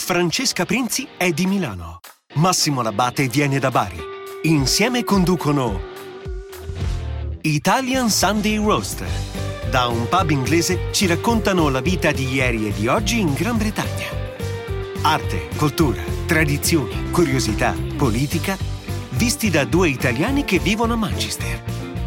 Francesca Prinzi è di Milano. Massimo Labbate viene da Bari. Insieme conducono Italian Sunday Roast. Da un pub inglese ci raccontano la vita di ieri e di oggi in Gran Bretagna. Arte, cultura, tradizioni, curiosità, politica, visti da due italiani che vivono a Manchester.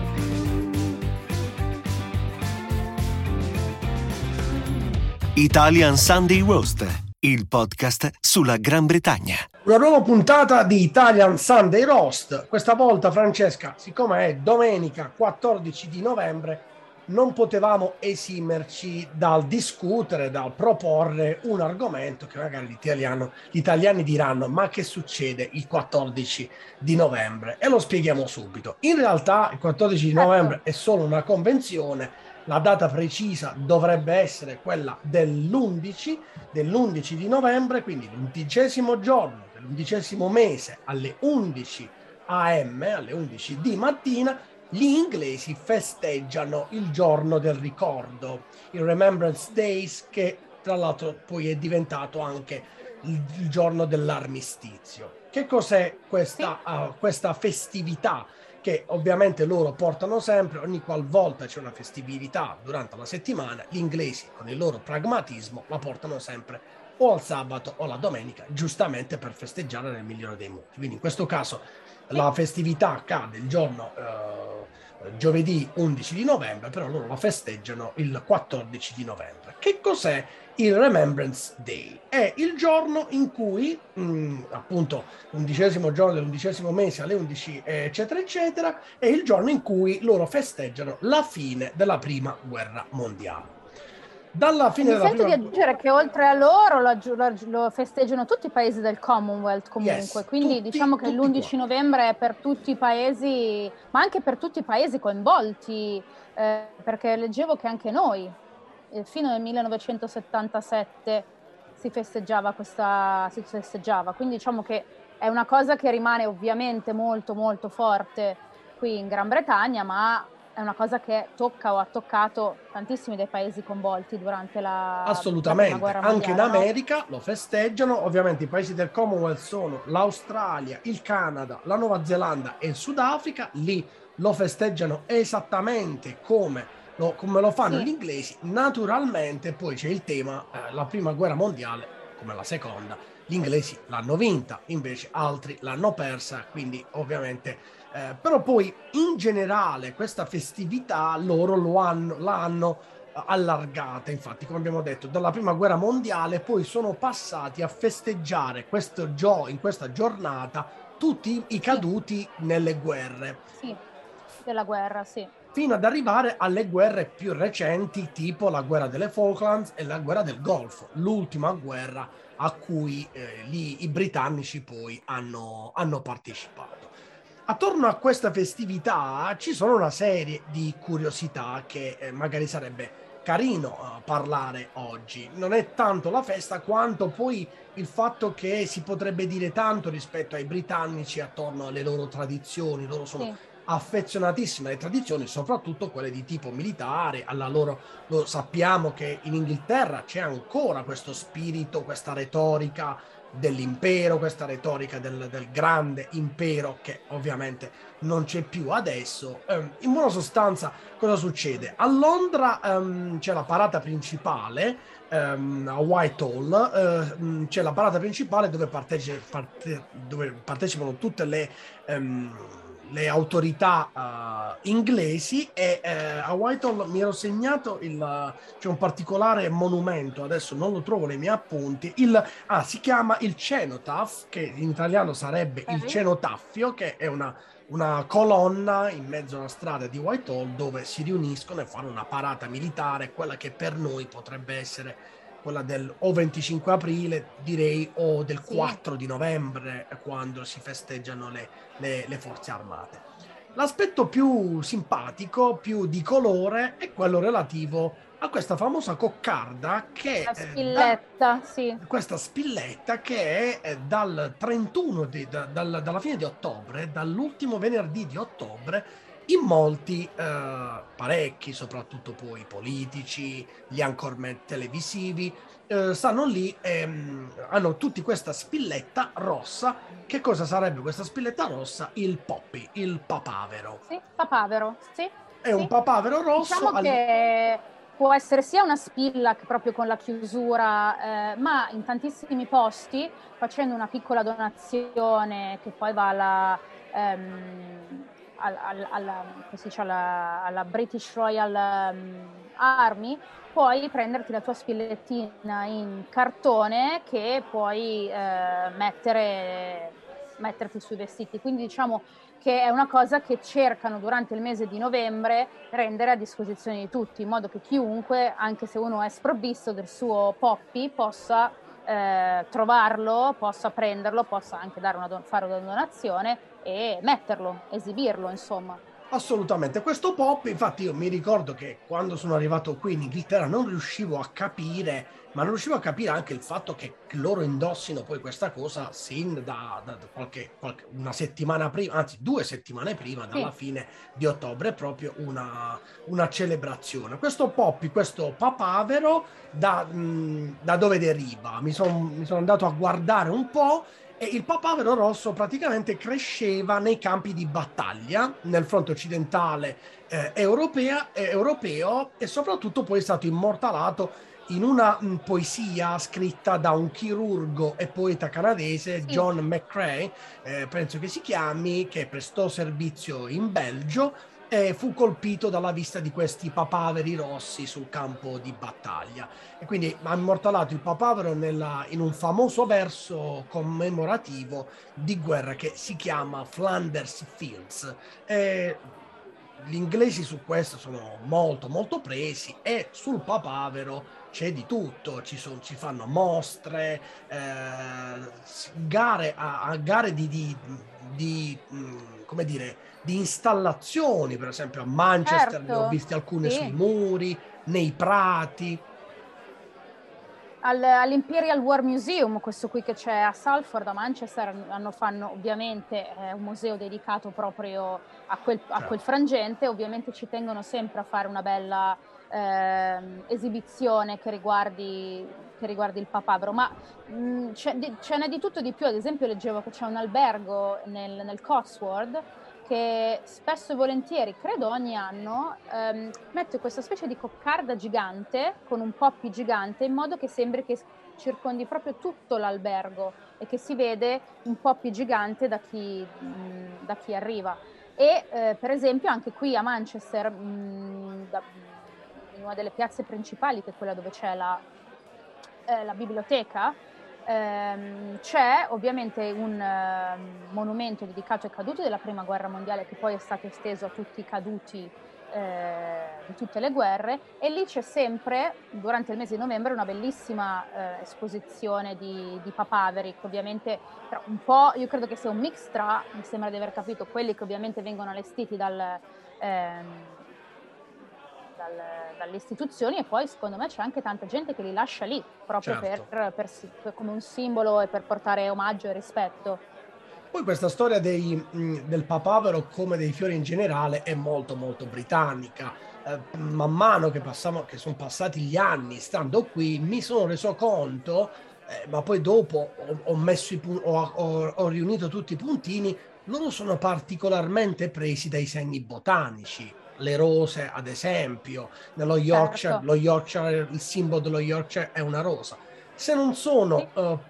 Italian Sunday Roast, il podcast sulla Gran Bretagna. Una nuova puntata di Italian Sunday Roast. Questa volta, Francesca, siccome è domenica 14 di novembre, non potevamo esimerci dal discutere, dal proporre un argomento che magari gli italiani diranno: ma che succede il 14 di novembre? E lo spieghiamo subito. In realtà il 14 di novembre è solo una convenzione. La data precisa dovrebbe essere quella dell'11 di novembre, quindi l'11° giorno dell'11° mese alle 11 am, alle 11 di mattina, gli inglesi festeggiano il giorno del ricordo, il Remembrance Days, che tra l'altro poi è diventato anche il giorno dell'armistizio. Che cos'è questa festività? Che ovviamente loro portano sempre, ogni qualvolta c'è una festività durante la settimana, gli inglesi con il loro pragmatismo la portano sempre o al sabato o alla domenica, giustamente per festeggiare nel migliore dei modi. Quindi in questo caso la festività accade il giorno giovedì 11 di novembre, però loro la festeggiano il 14 di novembre. Che cos'è il Remembrance Day? È il giorno in cui, appunto, l'11° giorno dell'11° mese alle 11, eccetera, eccetera, è il giorno in cui loro festeggiano la fine della Prima Guerra Mondiale. Dalla fine della sento di aggiungere che oltre a loro lo festeggiano tutti i paesi del Commonwealth comunque, Yes, quindi diciamo che l'11 novembre è per tutti i paesi, ma anche per tutti i paesi coinvolti, perché leggevo che anche noi, fino al 1977 si festeggiava, quindi diciamo che è una cosa che rimane ovviamente molto molto forte qui in Gran Bretagna, ma è una cosa che tocca o ha toccato tantissimi dei paesi coinvolti durante la Assolutamente, la Prima Guerra anche in Mondiale, America lo festeggiano. Ovviamente i paesi del Commonwealth sono l'Australia, il Canada, la Nuova Zelanda e il Sudafrica. Lì lo festeggiano esattamente come lo fanno gli inglesi. Naturalmente poi c'è il tema, la Prima Guerra Mondiale come la seconda, gli inglesi l'hanno vinta, invece altri l'hanno persa, quindi ovviamente però poi in generale questa festività loro l'hanno allargata. Infatti, come abbiamo detto, dalla Prima Guerra Mondiale poi sono passati a festeggiare in questa giornata tutti i caduti nelle guerre. Sì, della guerra, sì. Fino ad arrivare alle guerre più recenti, tipo la guerra delle Falklands e la guerra del Golfo, l'ultima guerra a cui i britannici poi hanno partecipato. Attorno a questa festività ci sono una serie di curiosità che magari sarebbe carino parlare oggi. Non è tanto la festa quanto poi il fatto che si potrebbe dire tanto rispetto ai britannici attorno alle loro tradizioni. Loro sono affezionatissime alle tradizioni, soprattutto quelle di tipo militare. Lo sappiamo che in Inghilterra c'è ancora questo spirito, questa retorica dell'impero, questa retorica del grande impero, che ovviamente non c'è più adesso. In buona sostanza, cosa succede? A Londra c'è la parata principale, a Whitehall c'è la parata principale dove partecipano tutte le autorità inglesi, e a Whitehall mi ero segnato c'è un particolare monumento, adesso non lo trovo nei miei appunti, si chiama il Cenotaph, che in italiano sarebbe il cenotaffio, che è una colonna in mezzo alla strada di Whitehall dove si riuniscono e fanno una parata militare, quella che per noi potrebbe essere quella del o 25 aprile, direi, o del 4 di novembre, quando si festeggiano le forze armate. L'aspetto più simpatico, più di colore, è quello relativo a questa famosa coccarda che la spilletta, questa spilletta che è dal 31 dalla fine di ottobre, dall'ultimo venerdì di ottobre, in molti, parecchi, soprattutto poi politici, gli anchorman televisivi, stanno lì e hanno tutti questa spilletta rossa. Che cosa sarebbe questa spilletta rossa? Il poppy, il papavero. Sì, papavero, sì, È un sì. papavero rosso. Diciamo che può essere sia una spilla che proprio con la chiusura, ma in tantissimi posti, facendo una piccola donazione che poi va alla British Royal Army, puoi prenderti la tua spillettina in cartone che puoi metterti sui vestiti. Quindi diciamo che è una cosa che cercano durante il mese di novembre rendere a disposizione di tutti, in modo che chiunque, anche se uno è sprovvisto del suo poppy, possa trovarlo, possa prenderlo, possa anche fare una donazione e metterlo, esibirlo, insomma. Assolutamente, questo pop, infatti io mi ricordo che quando sono arrivato qui in Inghilterra non riuscivo a capire, ma non riuscivo a capire anche il fatto che loro indossino poi questa cosa sin da una settimana prima, anzi 2 settimane prima, dalla fine di ottobre, è proprio una celebrazione. Questo poppy, questo papavero, da dove deriva? Mi sono andato a guardare un po'. E il papavero rosso praticamente cresceva nei campi di battaglia nel fronte occidentale europeo, e soprattutto poi è stato immortalato in una poesia scritta da un chirurgo e poeta canadese, John McCrae, penso che si chiami, che prestò servizio in Belgio e fu colpito dalla vista di questi papaveri rossi sul campo di battaglia. E quindi ha immortalato il papavero in un famoso verso commemorativo di guerra che si chiama Flanders Fields. E gli inglesi su questo sono molto molto presi, e sul papavero c'è di tutto, ci fanno mostre, gare di come dire, di installazioni. Per esempio a Manchester ne ho viste alcune sui muri, nei prati. All'Imperial War Museum, questo qui che c'è a Salford, a Manchester, fanno ovviamente un museo dedicato proprio a quel frangente. Ovviamente ci tengono sempre a fare una bella esibizione che riguardi il papavero, ma ce n'è di tutto di più. Ad esempio leggevo che c'è un albergo nel Cotswold che spesso e volentieri, credo ogni anno, mette questa specie di coccarda gigante con un poppy gigante, in modo che sembri che circondi proprio tutto l'albergo e che si vede un poppy gigante da chi arriva. E per esempio anche qui a Manchester, in una delle piazze principali, che è quella dove c'è la biblioteca, c'è ovviamente un monumento dedicato ai caduti della Prima Guerra Mondiale, che poi è stato esteso a tutti i caduti di tutte le guerre, e lì c'è sempre durante il mese di novembre una bellissima esposizione di papaveri, che ovviamente un po', io credo che sia un mix tra, mi sembra di aver capito, quelli che ovviamente vengono allestiti dalle istituzioni, e poi secondo me c'è anche tanta gente che li lascia lì proprio come un simbolo e per portare omaggio e rispetto. Poi questa storia del papavero, come dei fiori in generale, è molto molto britannica. Man mano che sono passati gli anni stando qui, mi sono reso conto, ma poi dopo ho riunito tutti i puntini, loro sono particolarmente presi dai segni botanici. Le rose, ad esempio, nello Yorkshire, il simbolo dello Yorkshire è una rosa. Se non sono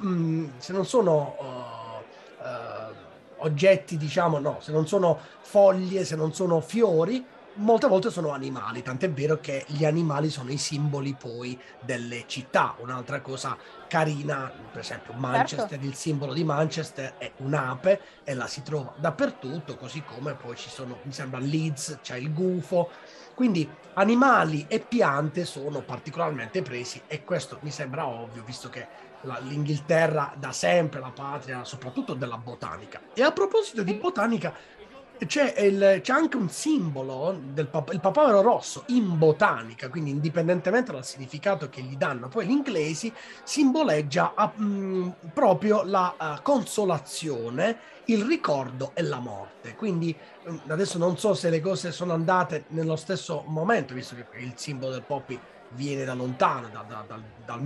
oggetti, diciamo, no, se non sono foglie, se non sono fiori, molte volte sono animali, tant'è vero che gli animali sono i simboli poi delle città. Un'altra cosa carina, per esempio Manchester, il simbolo di Manchester è un'ape e la si trova dappertutto, così come poi ci sono, mi sembra, Leeds c'è il gufo. Quindi animali e piante sono particolarmente presi, e questo mi sembra ovvio, visto che l'Inghilterra da sempre la patria soprattutto della botanica. E a proposito di botanica, c'è anche un simbolo il papavero rosso in botanica, quindi indipendentemente dal significato che gli danno poi gli inglesi, simboleggia proprio la consolazione, il ricordo e la morte. Quindi adesso non so se le cose sono andate nello stesso momento, visto che il simbolo del poppy viene da lontano, dal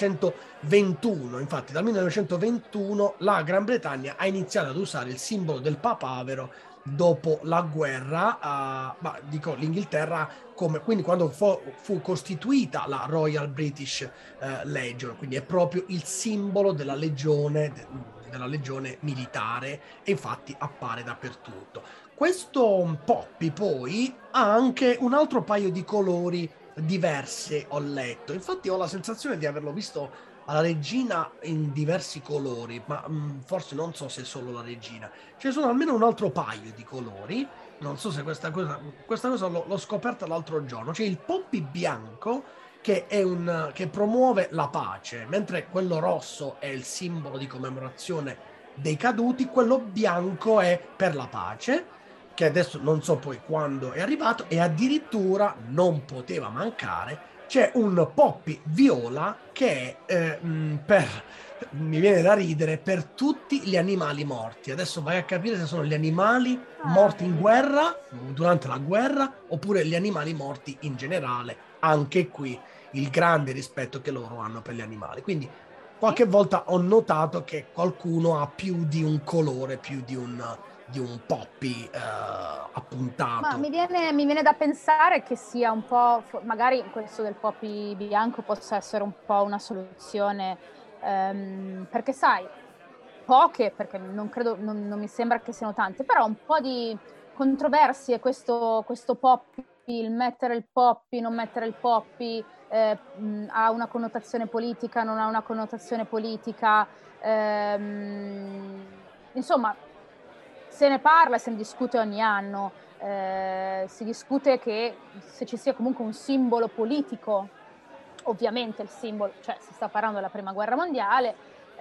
1921. Infatti dal 1921 la Gran Bretagna ha iniziato ad usare il simbolo del papavero dopo la guerra, l'Inghilterra, quindi quando fu costituita la Royal British Legion, quindi è proprio il simbolo della legione militare, e infatti appare dappertutto. Questo poppy poi ha anche un altro paio di colori diverse, ho letto. Infatti ho la sensazione di averlo visto alla regina in diversi colori, ma forse non so se è solo la regina. Ce ne sono almeno un altro paio di colori. Non so se questa cosa l'ho scoperta l'altro giorno. C'è il poppy bianco che promuove la pace, mentre quello rosso è il simbolo di commemorazione dei caduti, quello bianco è per la pace, che adesso non so poi quando è arrivato, e addirittura non poteva mancare, c'è un poppy viola che è mi viene da ridere, per tutti gli animali morti. Adesso vai a capire se sono gli animali morti in guerra, durante la guerra, oppure gli animali morti in generale. Anche qui il grande rispetto che loro hanno per gli animali. Quindi qualche volta ho notato che qualcuno ha più di un colore, più di un poppy appuntato. Ma mi viene da pensare che sia un po', magari questo del poppy bianco possa essere un po' una soluzione, perché sai, poche, perché non mi sembra che siano tante, però un po' di controversie, questo poppy, il mettere il poppy, non mettere il poppy, ha una connotazione politica, non ha una connotazione politica, insomma, se ne parla, se ne discute ogni anno, si discute che se ci sia comunque un simbolo politico, ovviamente il simbolo, cioè si sta parlando della prima guerra mondiale,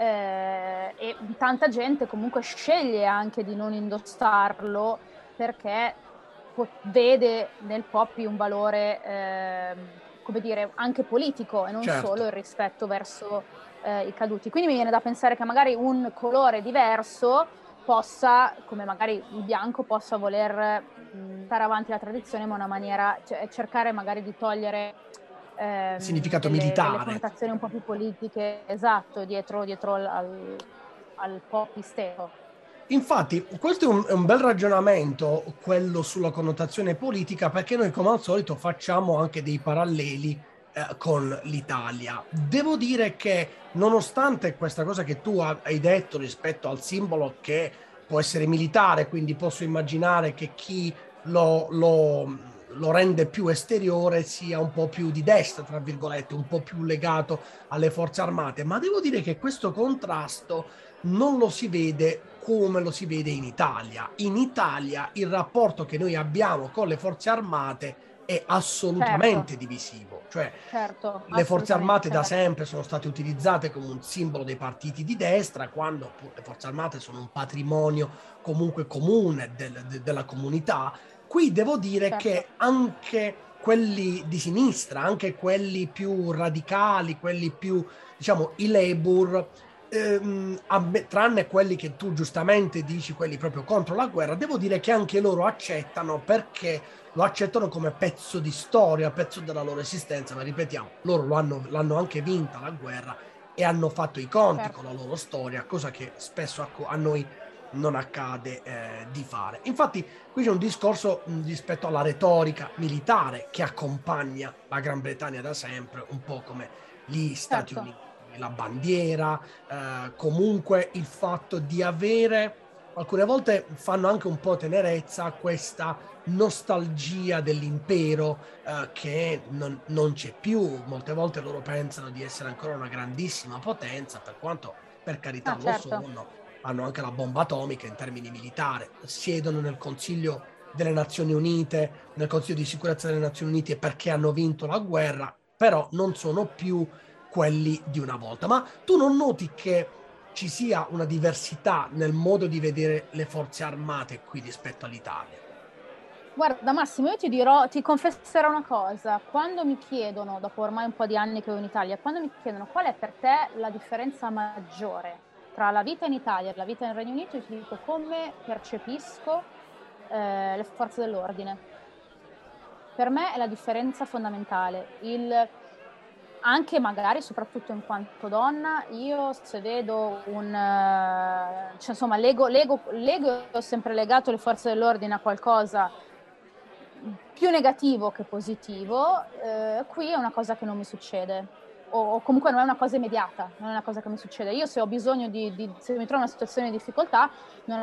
e tanta gente comunque sceglie anche di non indossarlo perché vede nel poppy un valore, come dire, anche politico e non solo il rispetto verso i caduti. Quindi mi viene da pensare che magari un colore diverso possa, come magari il bianco, possa voler stare avanti la tradizione, ma una maniera, cioè, cercare magari di togliere significato militare, delle connotazioni un po' più politiche, esatto, dietro al poppy stesso. Infatti, questo è un bel ragionamento, quello sulla connotazione politica, perché noi come al solito facciamo anche dei paralleli con l'Italia. Devo dire che nonostante questa cosa che tu hai detto rispetto al simbolo che può essere militare, quindi posso immaginare che chi lo rende più esteriore sia un po' più di destra, tra virgolette, un po' più legato alle forze armate, ma devo dire che questo contrasto non lo si vede come lo si vede in Italia. In Italia il rapporto che noi abbiamo con le forze armate è assolutamente divisivo, cioè le forze armate da sempre sono state utilizzate come un simbolo dei partiti di destra, quando le forze armate sono un patrimonio comunque comune della comunità. Qui devo dire che anche quelli di sinistra, anche quelli più radicali, quelli più, diciamo, i Labour, tranne quelli che tu giustamente dici, quelli proprio contro la guerra, devo dire che anche loro accettano, perché lo accettano come pezzo di storia, pezzo della loro esistenza. Ma ripetiamo, loro l'hanno anche vinta la guerra e hanno fatto i conti con la loro storia, cosa che spesso a noi non accade di fare. Infatti qui c'è un discorso rispetto alla retorica militare che accompagna la Gran Bretagna da sempre, un po' come gli Stati Uniti, la bandiera, comunque il fatto di avere, alcune volte fanno anche un po' tenerezza a questa nostalgia dell'impero che non c'è più. Molte volte loro pensano di essere ancora una grandissima potenza, per quanto per carità lo sono, hanno anche la bomba atomica in termini militari, siedono nel Consiglio delle Nazioni Unite, nel Consiglio di Sicurezza delle Nazioni Unite perché hanno vinto la guerra, però non sono più quelli di una volta. Ma tu non noti che ci sia una diversità nel modo di vedere le forze armate qui rispetto all'Italia. Guarda Massimo, io ti confesserò una cosa, quando mi chiedono, dopo ormai un po' di anni che vivo in Italia, quando mi chiedono qual è per te la differenza maggiore tra la vita in Italia e la vita nel Regno Unito, io ti dico come percepisco le forze dell'ordine. Per me è la differenza fondamentale, anche magari soprattutto in quanto donna, io se vedo cioè insomma ho sempre legato le forze dell'ordine a qualcosa più negativo che positivo, qui è una cosa che non mi succede, o comunque non è una cosa immediata, non è una cosa che mi succede. Io se ho bisogno se mi trovo in una situazione di difficoltà,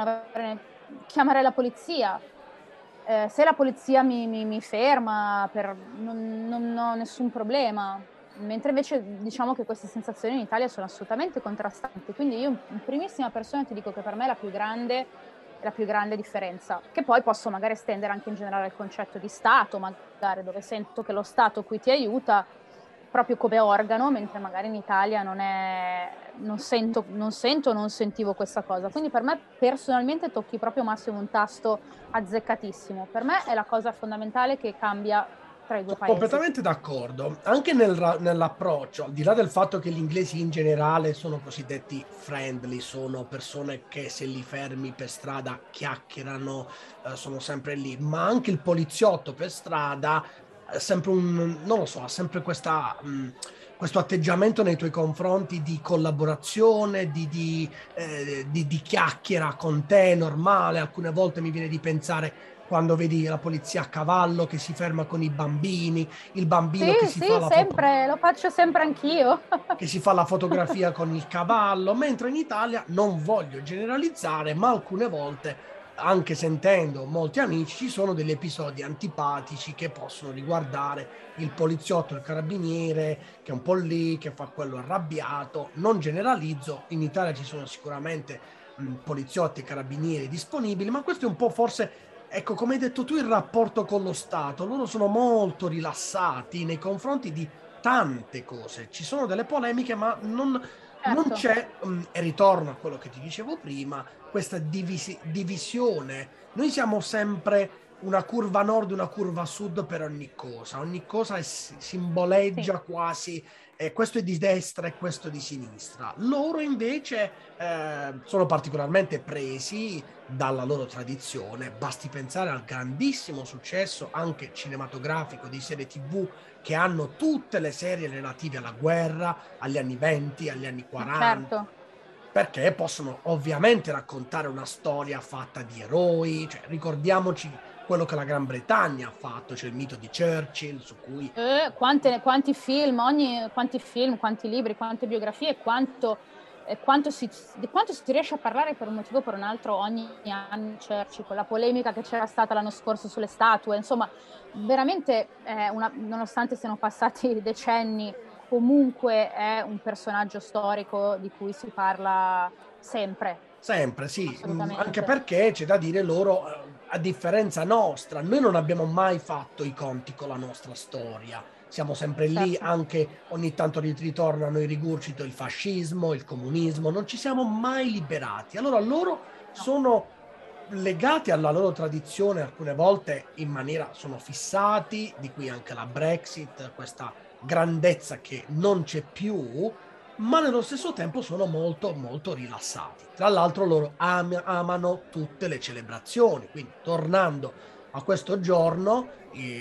chiamerei la polizia. Se la polizia mi ferma, non ho nessun problema. Mentre invece diciamo che queste sensazioni in Italia sono assolutamente contrastanti. Quindi io in primissima persona ti dico che per me è la più grande differenza, che poi posso magari estendere anche in generale al concetto di Stato, magari dove sento che lo Stato qui ti aiuta proprio come organo, mentre magari in Italia non sentivo questa cosa. Quindi per me personalmente tocchi proprio Massimo un tasto azzeccatissimo. Per me è la cosa fondamentale che cambia tra i due paesi. Completamente d'accordo, anche nell'approccio, al di là del fatto che gli inglesi in generale sono cosiddetti friendly, sono persone che se li fermi per strada chiacchierano, sono sempre lì, ma anche il poliziotto per strada sempre non lo so, ha sempre questo atteggiamento nei tuoi confronti di collaborazione, di chiacchiera con te, normale. Alcune volte mi viene di pensare quando vedi la polizia a cavallo che si ferma con i bambini, il bambino che si fa la sempre, lo faccio sempre anch'io. Che si fa la fotografia con il cavallo, mentre in Italia, non voglio generalizzare, ma alcune volte, anche sentendo molti amici, ci sono degli episodi antipatici che possono riguardare il poliziotto, il carabiniere che è un po' lì, che fa quello arrabbiato. Non generalizzo, in Italia ci sono sicuramente poliziotti e carabinieri disponibili, ma questo è un po' forse, ecco, come hai detto tu, il rapporto con lo Stato. Loro sono molto rilassati nei confronti di tante cose. Ci sono delle polemiche, ma non c'è, e ritorno a quello che ti dicevo prima, questa divisione. Noi siamo sempre una curva nord, una curva sud per ogni cosa simboleggia quasi, questo è di destra e questo di sinistra. Loro invece sono particolarmente presi dalla loro tradizione. Basti pensare al grandissimo successo anche cinematografico di serie TV che hanno tutte le serie relative alla guerra, agli anni 20, agli anni 40, certo. Perché possono ovviamente raccontare una storia fatta di eroi, cioè ricordiamoci quello che la Gran Bretagna ha fatto, c'è il mito di Churchill su cui... quanti film, quanti libri, quante biografie, di quanto si riesce a parlare per un motivo o per un altro ogni anno Churchill, con la polemica che c'era stata l'anno scorso sulle statue, insomma veramente nonostante siano passati decenni, comunque è un personaggio storico di cui si parla sempre. Sempre, sì, anche perché c'è da dire, loro, a differenza nostra, noi non abbiamo mai fatto i conti con la nostra storia. Siamo sempre lì, certo. Anche ogni tanto ritornano i rigurgito il fascismo, il comunismo, non ci siamo mai liberati. Allora loro sono legati alla loro tradizione, alcune volte in maniera sono fissati, di cui anche la Brexit, questa grandezza che non c'è più, ma nello stesso tempo sono molto molto rilassati. Tra l'altro loro amano tutte le celebrazioni, quindi tornando a questo giorno,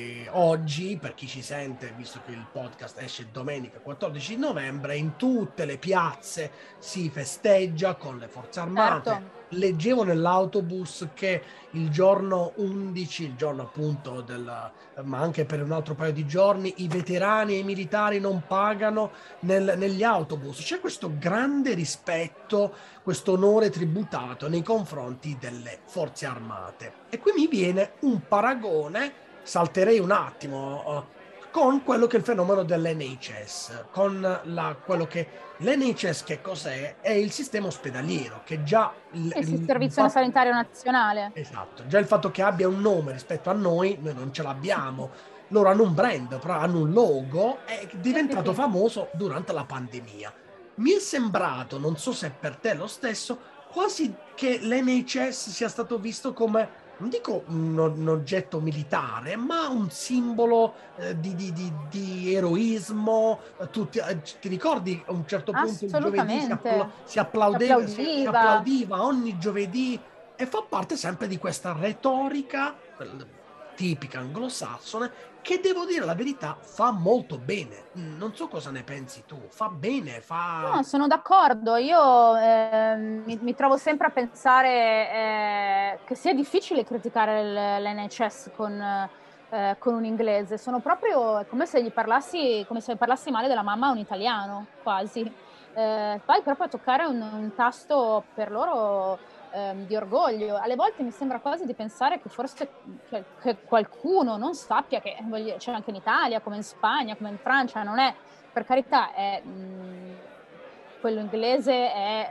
oggi, per chi ci sente, visto che il podcast esce domenica 14 novembre, in tutte le piazze si festeggia con le forze armate. Certo. Leggevo nell'autobus che il giorno 11, il giorno appunto ma anche per un altro paio di giorni, i veterani e i militari non pagano negli autobus. C'è questo grande rispetto, questo onore tributato nei confronti delle forze armate. E qui mi viene un paragone, salterei un attimo, con quello che è il fenomeno dell'NHS, quello che l'NHS che cos'è? È il sistema ospedaliero, che già il Servizio Sanitario Nazionale. Esatto, già il fatto che abbia un nome rispetto a noi non ce l'abbiamo. Loro hanno un brand, però hanno un logo, è diventato famoso durante la pandemia. mi è sembrato, non so se per te è lo stesso, quasi che l'NHS sia stato visto come, non dico un oggetto militare, ma un simbolo di eroismo. Ti ricordi a un certo punto il giovedì Assolutamente. si Si applaudeva, si applaudiva. applaudiva ogni giovedì, e fa parte sempre di questa retorica tipica anglosassone, che devo dire la verità fa molto bene. Non so cosa ne pensi tu, fa bene, fa... No, sono d'accordo. Io mi trovo sempre a pensare che sia difficile criticare l'NHS con un inglese. Sono proprio come se gli parlassi, come se parlassi male della mamma a un italiano, quasi. Vai proprio a toccare un tasto per loro di orgoglio. Alle volte mi sembra quasi di pensare che forse che qualcuno non sappia che c'è anche in Italia, come in Spagna, come in Francia, non è, per carità, quello inglese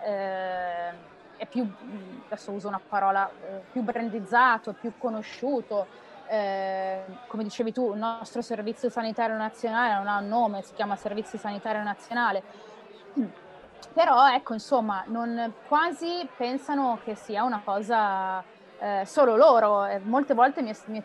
è più, adesso uso una parola, più brandizzato, più conosciuto. Come dicevi tu, il nostro servizio sanitario nazionale non ha un nome, si chiama Servizio Sanitario Nazionale. Però ecco, insomma, quasi pensano che sia una cosa solo loro. Molte volte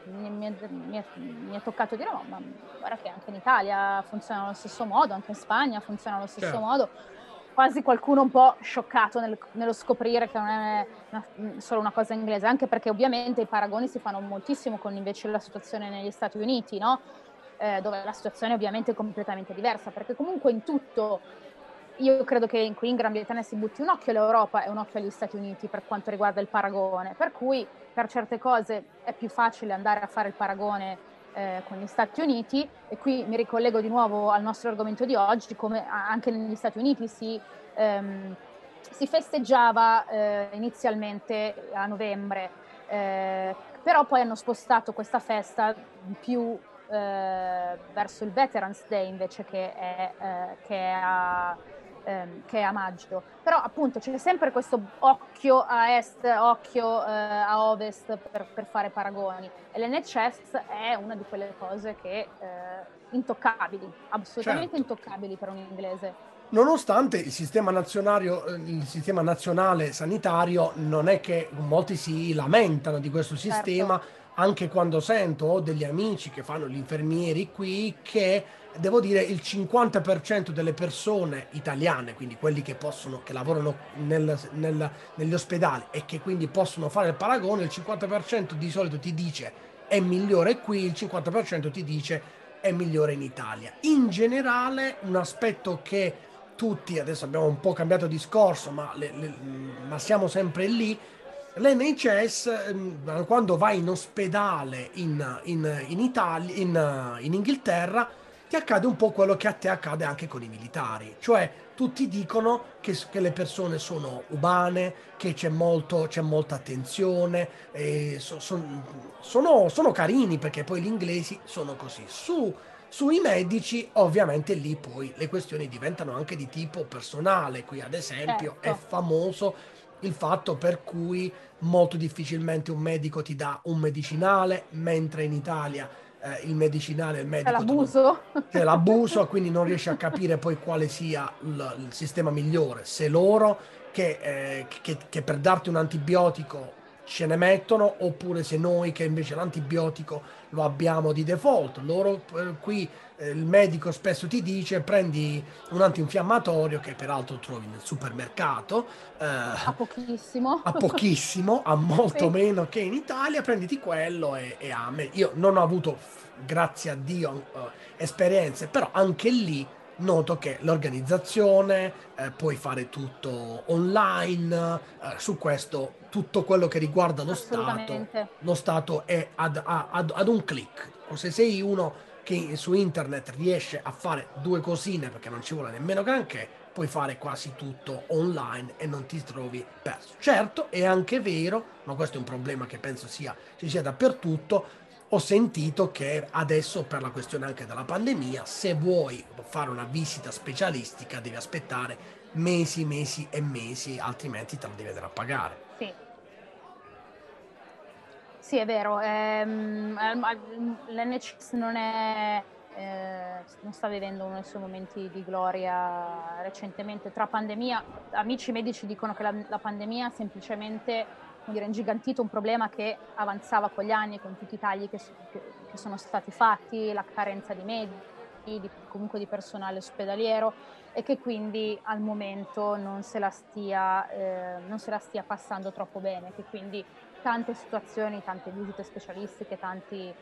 mi è toccato dire, no, ma guarda che anche in Italia funziona allo stesso modo, anche in Spagna funziona allo stesso modo. Quasi qualcuno un po' scioccato nello scoprire che non è solo una cosa inglese, anche perché ovviamente i paragoni si fanno moltissimo con invece la situazione negli Stati Uniti, no? Dove la situazione ovviamente è completamente diversa, perché comunque in tutto io credo che qui in Gran Bretagna si butti un occhio all'Europa e un occhio agli Stati Uniti per quanto riguarda il paragone, per cui per certe cose è più facile andare a fare il paragone con gli Stati Uniti, e qui mi ricollego di nuovo al nostro argomento di oggi, come anche negli Stati Uniti si festeggiava inizialmente a novembre, però poi hanno spostato questa festa più verso il Veterans Day invece che è a maggio. Però appunto c'è sempre questo occhio a est, occhio a ovest per fare paragoni, e l'NHS è una di quelle cose che intoccabili, assolutamente Certo. intoccabili per un inglese. Nonostante il sistema nazionale sanitario, non è che molti si lamentano di questo Certo. sistema, anche quando sento ho degli amici che fanno gli infermieri qui, che devo dire il 50% delle persone italiane, quindi quelli che possono, che lavorano negli ospedali e che quindi possono fare il paragone, il 50% di solito ti dice è migliore qui, il 50% ti dice è migliore in Italia. In generale, un aspetto che tutti, adesso abbiamo un po' cambiato discorso, ma siamo sempre lì. L'NHS, quando vai in ospedale in Italia, in Inghilterra, ti accade un po' quello che a te accade anche con i militari. Cioè, tutti dicono che le persone sono umane, che c'è molta attenzione, sono carini, perché poi gli inglesi sono così. Sui medici, ovviamente lì poi le questioni diventano anche di tipo personale. Qui, ad esempio, è Certo. famoso il fatto per cui molto difficilmente un medico ti dà un medicinale, mentre in Italia il medicinale il C'è medico te lo... l'abuso. C'è l'abuso, quindi non riesci a capire poi quale sia il sistema migliore. Se loro che per darti un antibiotico ce ne mettono, oppure se noi che invece l'antibiotico lo abbiamo di default. Loro qui il medico spesso ti dice prendi un antinfiammatorio, che peraltro trovi nel supermercato, A pochissimo. a pochissimo, a molto Sì. meno che in Italia, prenditi quello e amen. Io non ho avuto, grazie a Dio, esperienze, però anche lì noto che l'organizzazione, puoi fare tutto online, su questo tutto quello che riguarda Assolutamente. lo Stato è ad un click. O se sei uno che su internet riesce a fare due cosine, perché non ci vuole nemmeno granché, puoi fare quasi tutto online e non ti trovi perso. Certo, è anche vero, ma questo è un problema che penso ci sia dappertutto. Ho sentito che adesso, per la questione anche della pandemia, se vuoi fare una visita specialistica devi aspettare mesi, mesi e mesi, altrimenti te la devi andare a pagare. Sì. Sì, è vero. L'NHS non è non sta vivendo uno dei suoi momenti di gloria recentemente tra pandemia. Amici medici dicono che la pandemia ha semplicemente, come dire, ingigantito un problema che avanzava con gli anni, con tutti i tagli che sono stati fatti, la carenza di medici, comunque di personale ospedaliero, e che quindi al momento non se la stia passando troppo bene, che quindi tante situazioni, tante visite specialistiche, tanti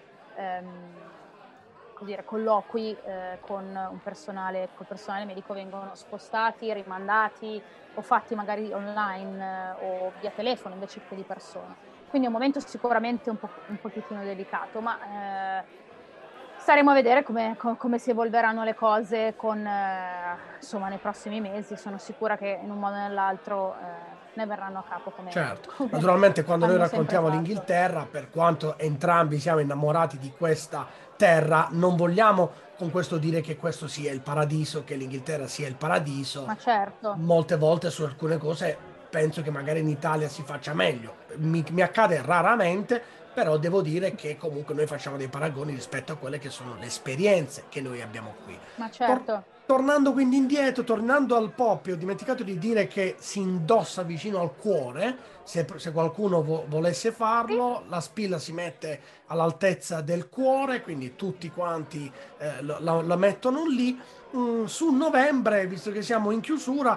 colloqui con col personale medico vengono spostati, rimandati o fatti magari online o via telefono invece che di persona. Quindi è un momento sicuramente un pochettino delicato, ma staremo a vedere come si evolveranno le cose nei prossimi mesi. Sono sicura che in un modo o nell'altro ne verranno a capo come Certo, come naturalmente quando noi hanno sempre raccontiamo fatto. l'Inghilterra, per quanto entrambi siamo innamorati di questa terra, non vogliamo con questo dire che questo sia il paradiso, che l'Inghilterra sia il paradiso. Ma certo. Molte volte su alcune cose penso che magari in Italia si faccia meglio. Mi accade raramente, però devo dire che comunque noi facciamo dei paragoni rispetto a quelle che sono le esperienze che noi abbiamo qui. Ma Tor- certo. Tornando quindi indietro, tornando al pop, ho dimenticato di dire che si indossa vicino al cuore, se qualcuno volesse Sì, farlo, la spilla si mette all'altezza del cuore, quindi tutti quanti la mettono lì. Su novembre, visto che siamo in chiusura,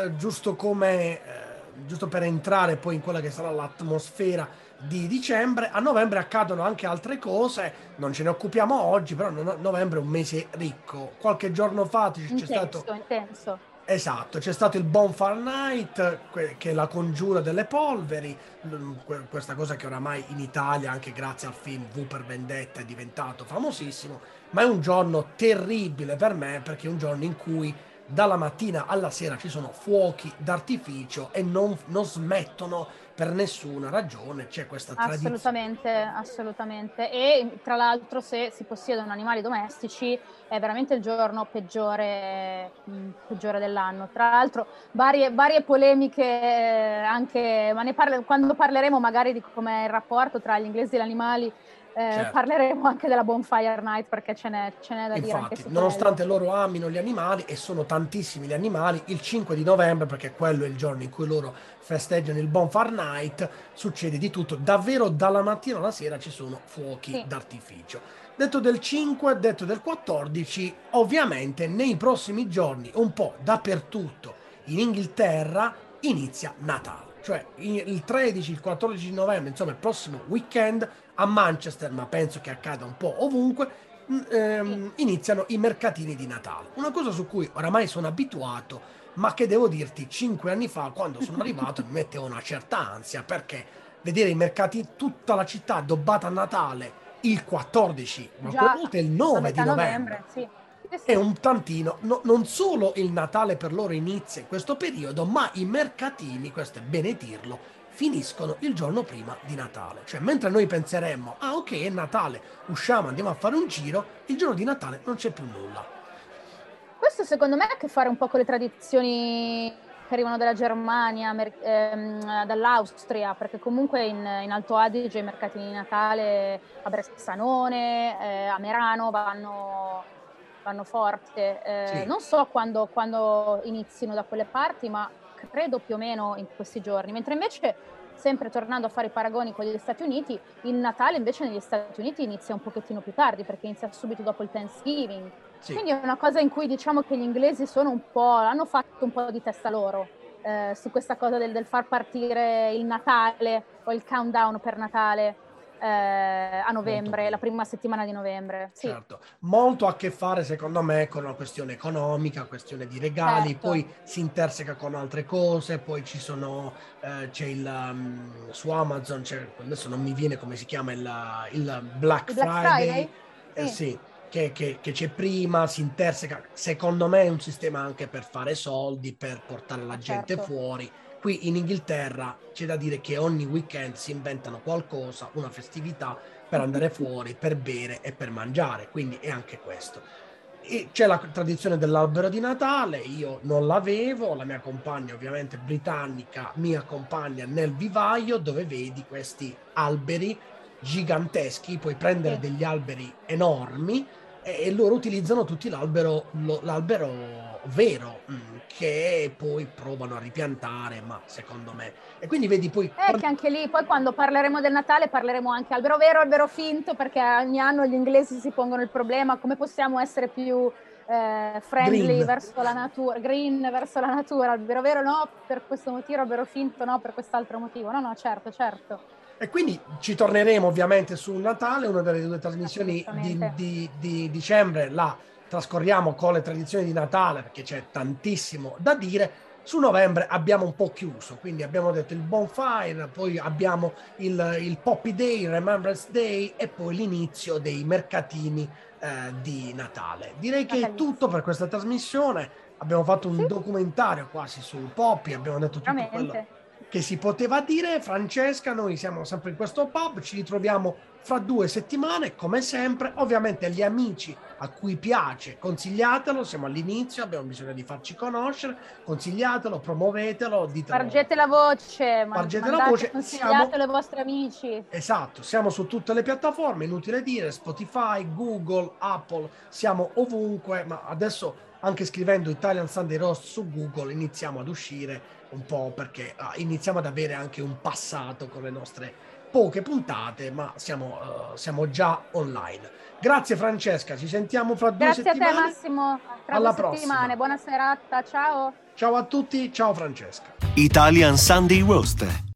giusto per entrare poi in quella che sarà l'atmosfera di dicembre, a novembre accadono anche altre cose, non ce ne occupiamo oggi, però novembre è un mese ricco. Qualche giorno fa c'è stato. intenso. Esatto, c'è stato il Bonfire Night, che è la congiura delle polveri, questa cosa che oramai in Italia, anche grazie al film V per Vendetta, è diventato famosissimo, ma è un giorno terribile per me perché è un giorno in cui dalla mattina alla sera ci sono fuochi d'artificio e non smettono per nessuna ragione, c'è questa tradizione. Assolutamente, assolutamente. E tra l'altro, se si possiedono animali domestici, è veramente il giorno peggiore dell'anno. Tra l'altro, varie polemiche anche, ma quando parleremo magari di com'è il rapporto tra gli inglesi e gli animali, Certo. parleremo anche della Bonfire Night, perché ce n'è da dire anche Infatti, su quello. nonostante loro amino gli animali, e sono tantissimi gli animali, il 5 di novembre, perché quello è il giorno in cui loro festeggiano il Bonfire Night, succede di tutto. Davvero dalla mattina alla sera ci sono fuochi Sì, d'artificio. Detto del 5, detto del 14, ovviamente nei prossimi giorni, un po' dappertutto in Inghilterra, inizia Natale. Cioè il 13, il 14 di novembre, insomma il prossimo weekend a Manchester, ma penso che accada un po' ovunque, sì. iniziano i mercatini di Natale. Una cosa su cui oramai sono abituato, ma che devo dirti, 5 anni fa, quando sono arrivato, mi metteva una certa ansia perché vedere i mercati, tutta la città addobbata a Natale il 14, ma alcune Già volte il a 9 di metà novembre. novembre, sì. Sì, È sì. un tantino, non solo il Natale per loro inizia in questo periodo, ma i mercatini, questo è bene dirlo, finiscono il giorno prima di Natale. Cioè, mentre noi penseremmo, ah ok, è Natale, usciamo, andiamo a fare un giro, il giorno di Natale non c'è più nulla. Questo secondo me ha a che fare un po' con le tradizioni che arrivano dalla Germania, dall'Austria, perché comunque in Alto Adige i mercatini di Natale a Bressanone, a Merano vanno forte. Sì, Non so quando inizino da quelle parti, ma credo più o meno in questi giorni. Mentre invece, sempre tornando a fare i paragoni con gli Stati Uniti, il Natale invece negli Stati Uniti inizia un pochettino più tardi, perché inizia subito dopo il Thanksgiving. sì. Quindi è una cosa in cui diciamo che gli inglesi hanno fatto un po' di testa loro su questa cosa del far partire il Natale o il countdown per Natale a Molto novembre, la prima. prima settimana di novembre. Sì, Certo, molto a che fare secondo me con una questione economica, questione di regali, certo. poi si interseca con altre cose, poi c'è su Amazon, adesso non mi viene come si chiama il Black Il Black Friday, Friday? Sì, sì, che c'è prima, si interseca, secondo me è un sistema anche per fare soldi, per portare la ma gente certo. fuori. Qui in Inghilterra c'è da dire che ogni weekend si inventano qualcosa, una festività per andare fuori, per bere e per mangiare, quindi è anche questo. E c'è la tradizione dell'albero di Natale, io non l'avevo, la mia compagna ovviamente britannica mi accompagna nel vivaio dove vedi questi alberi giganteschi, puoi prendere Sì, degli alberi enormi e loro utilizzano tutti l'albero vero, che poi provano a ripiantare, ma secondo me... E quindi vedi poi... Che anche lì, poi quando parleremo del Natale parleremo anche albero vero, albero finto, perché ogni anno gli inglesi si pongono il problema, come possiamo essere più friendly green verso la natura, green verso la natura, albero vero no, per questo motivo, albero finto no, per quest'altro motivo. No, certo. E quindi ci torneremo ovviamente su Natale, una delle due trasmissioni di dicembre la trascorriamo con le tradizioni di Natale, perché c'è tantissimo da dire. Su novembre abbiamo un po' chiuso, quindi abbiamo detto il bonfire, poi abbiamo il Poppy Day, il Remembrance Day e poi l'inizio dei mercatini di Natale. Direi che è tutto per questa trasmissione. Abbiamo fatto un documentario quasi sul Poppy, abbiamo detto tutto quello che si poteva dire. Francesca, noi siamo sempre in questo pub, ci ritroviamo fra 2 settimane come sempre. Ovviamente agli amici a cui piace consigliatelo, siamo all'inizio, abbiamo bisogno di farci conoscere, consigliatelo, promuovetelo, ditelo, spargete la voce, consigliatelo ai vostri amici. Esatto, siamo su tutte le piattaforme, inutile dire, Spotify, Google, Apple, siamo ovunque, ma adesso anche scrivendo Italian Sunday Roast su Google iniziamo ad uscire un po', perché iniziamo ad avere anche un passato con le nostre poche puntate, ma siamo già online. Grazie Francesca, ci sentiamo fra 2 settimane. Grazie a te Massimo, alla prossima. Buona serata, ciao. Ciao a tutti, ciao Francesca. Italian Sunday Roast,